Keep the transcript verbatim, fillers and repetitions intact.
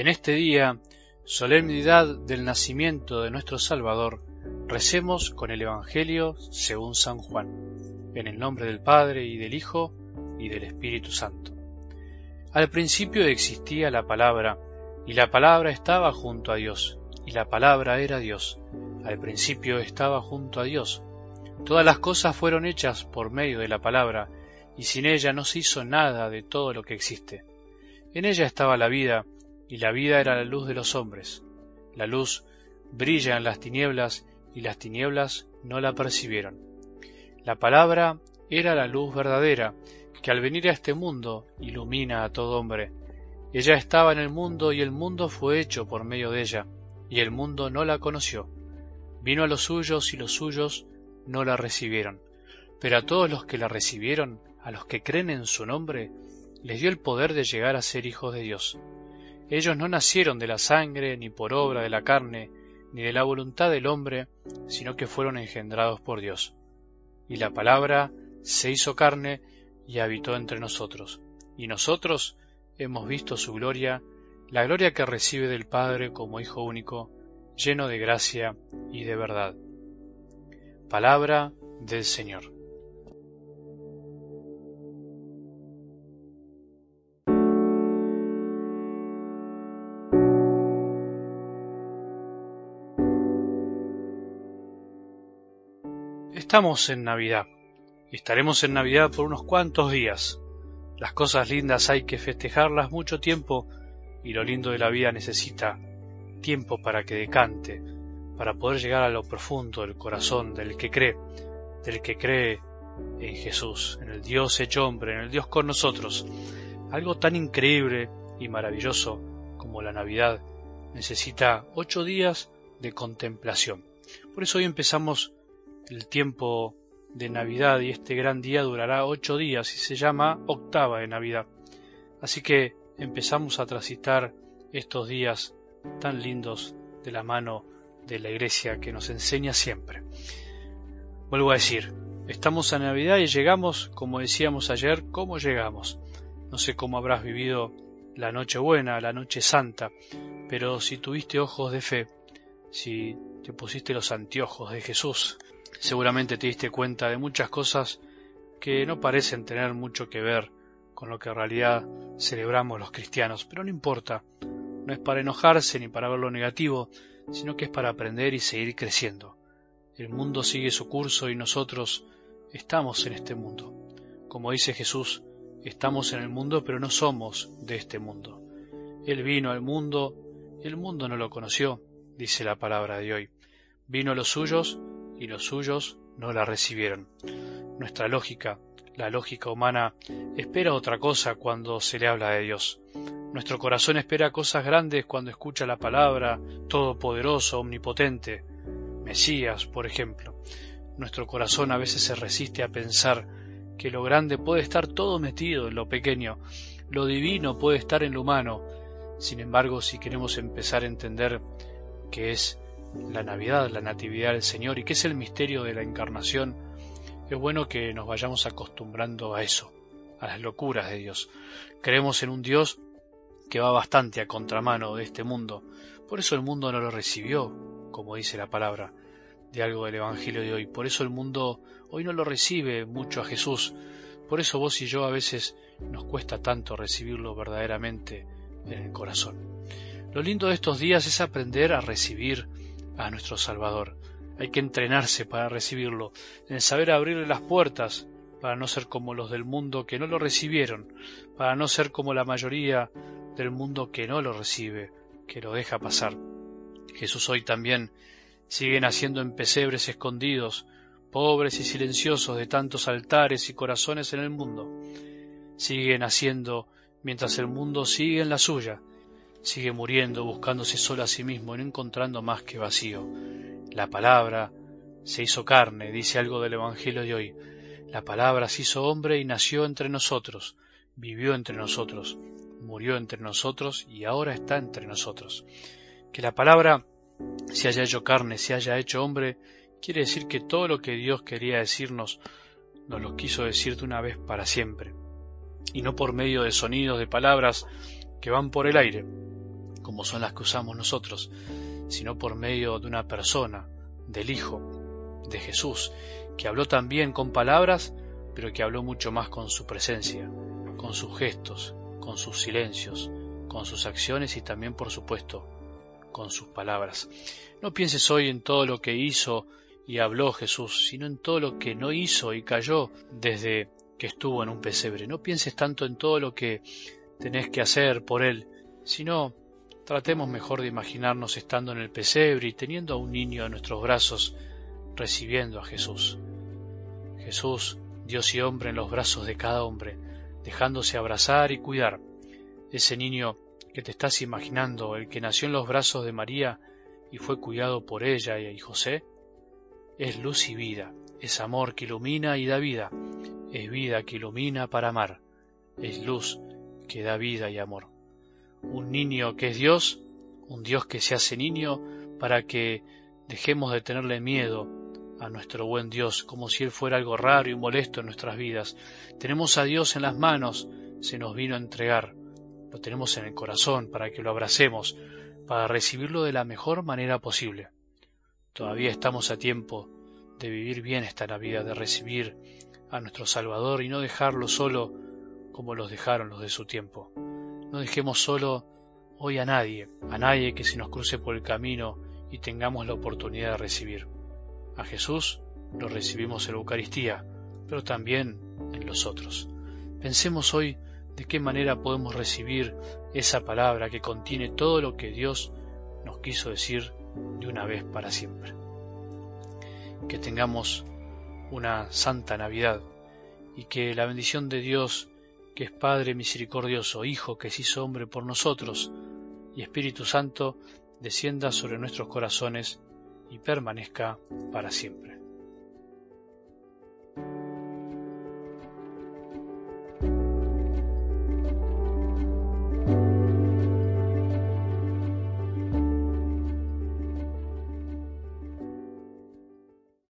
en este día, solemnidad del nacimiento de nuestro Salvador, recemos con el Evangelio según San Juan, en el nombre del Padre, y del Hijo, y del Espíritu Santo. Al principio existía la Palabra, y la Palabra estaba junto a Dios, y la Palabra era Dios. Al principio estaba junto a Dios. Todas las cosas fueron hechas por medio de la Palabra, y sin ella no se hizo nada de todo lo que existe. En ella estaba la vida, y la vida era la luz de los hombres. La luz brilla en las tinieblas, y las tinieblas no la percibieron. La Palabra era la luz verdadera, que al venir a este mundo ilumina a todo hombre. Ella estaba en el mundo, y el mundo fue hecho por medio de ella, y el mundo no la conoció. Vino a los suyos, y los suyos no la recibieron. Pero a todos los que la recibieron, a los que creen en su nombre, les dio el poder de llegar a ser hijos de Dios. Ellos no nacieron de la sangre, ni por obra de la carne, ni de la voluntad del hombre, sino que fueron engendrados por Dios. Y la Palabra se hizo carne y habitó entre nosotros. Y nosotros hemos visto su gloria, la gloria que recibe del Padre como Hijo único, lleno de gracia y de verdad. Palabra del Señor. Estamos en Navidad, y estaremos en Navidad por unos cuantos días. Las cosas lindas hay que festejarlas mucho tiempo, y lo lindo de la vida necesita tiempo para que decante, para poder llegar a lo profundo del corazón del que cree, del que cree en Jesús, en el Dios hecho hombre, en el Dios con nosotros. Algo tan increíble y maravilloso como la Navidad necesita ocho días de contemplación. Por eso hoy empezamos el tiempo de Navidad, y este gran día durará ocho días y se llama octava de Navidad. Así que empezamos a transitar estos días tan lindos de la mano de la Iglesia que nos enseña siempre. Vuelvo a decir, estamos en Navidad y llegamos, como decíamos ayer, ¿cómo llegamos? No sé cómo habrás vivido la Nochebuena, la Noche Santa, pero si tuviste ojos de fe, si te pusiste los anteojos de Jesús, seguramente te diste cuenta de muchas cosas que no parecen tener mucho que ver con lo que en realidad celebramos los cristianos, pero no importa, no es para enojarse ni para ver lo negativo, sino que es para aprender y seguir creciendo. El mundo sigue su curso y nosotros estamos en este mundo. Como dice Jesús, estamos en el mundo, pero no somos de este mundo. Él vino al mundo, y el mundo no lo conoció, dice la palabra de hoy. Vino a los suyos, y los suyos no la recibieron. Nuestra lógica, la lógica humana, espera otra cosa cuando se le habla de Dios. Nuestro corazón espera cosas grandes cuando escucha la palabra todopoderoso, omnipotente, Mesías, por ejemplo. Nuestro corazón a veces se resiste a pensar que lo grande puede estar todo metido en lo pequeño, lo divino puede estar en lo humano. Sin embargo, si queremos empezar a entender que es la Navidad, la Natividad del Señor, y que es el misterio de la Encarnación, es bueno que nos vayamos acostumbrando a eso, a las locuras de Dios. Creemos en un Dios que va bastante a contramano de este mundo, por eso el mundo no lo recibió, como dice la palabra de algo del Evangelio de hoy. Por eso el mundo hoy no lo recibe mucho a Jesús, por eso vos y yo a veces nos cuesta tanto recibirlo verdaderamente en el corazón. Lo lindo de estos días es aprender a recibir a nuestro Salvador. Hay que entrenarse para recibirlo, en saber abrirle las puertas, para no ser como los del mundo que no lo recibieron, para no ser como la mayoría del mundo que no lo recibe, que lo deja pasar. Jesús hoy también sigue naciendo en pesebres escondidos, pobres y silenciosos de tantos altares y corazones en el mundo. Sigue naciendo mientras el mundo sigue en la suya, sigue muriendo, buscándose solo a sí mismo y no encontrando más que vacío. La palabra se hizo carne, dice algo del Evangelio de hoy. La palabra se hizo hombre y nació entre nosotros, vivió entre nosotros, murió entre nosotros y ahora está entre nosotros. Que la palabra se haya hecho carne, se haya hecho hombre, quiere decir que todo lo que Dios quería decirnos, nos lo quiso decir de una vez para siempre, y no por medio de sonidos, de palabras que van por el aire, como como son las que usamos nosotros, sino por medio de una persona, del Hijo, de Jesús, que habló también con palabras, pero que habló mucho más con su presencia, con sus gestos, con sus silencios, con sus acciones y también, por supuesto, con sus palabras. No pienses hoy en todo lo que hizo y habló Jesús, sino en todo lo que no hizo y cayó desde que estuvo en un pesebre. No pienses tanto en todo lo que tenés que hacer por Él, sino tratemos mejor de imaginarnos estando en el pesebre y teniendo a un niño en nuestros brazos, recibiendo a Jesús. Jesús, Dios y hombre en los brazos de cada hombre, dejándose abrazar y cuidar. Ese niño que te estás imaginando, el que nació en los brazos de María y fue cuidado por ella y José, es luz y vida, es amor que ilumina y da vida, es vida que ilumina para amar, es luz que da vida y amor. Un niño que es Dios, un Dios que se hace niño para que dejemos de tenerle miedo a nuestro buen Dios, como si Él fuera algo raro y molesto en nuestras vidas. Tenemos a Dios en las manos, se nos vino a entregar, lo tenemos en el corazón para que lo abracemos, para recibirlo de la mejor manera posible. Todavía estamos a tiempo de vivir bien esta Navidad, de recibir a nuestro Salvador y no dejarlo solo como los dejaron los de su tiempo. No dejemos solo hoy a nadie, a nadie que se nos cruce por el camino y tengamos la oportunidad de recibir. A Jesús lo recibimos en la Eucaristía, pero también en los otros. Pensemos hoy de qué manera podemos recibir esa palabra que contiene todo lo que Dios nos quiso decir de una vez para siempre. Que tengamos una santa Navidad y que la bendición de Dios, que es Padre misericordioso, Hijo que se hizo hombre por nosotros, y Espíritu Santo, descienda sobre nuestros corazones y permanezca para siempre.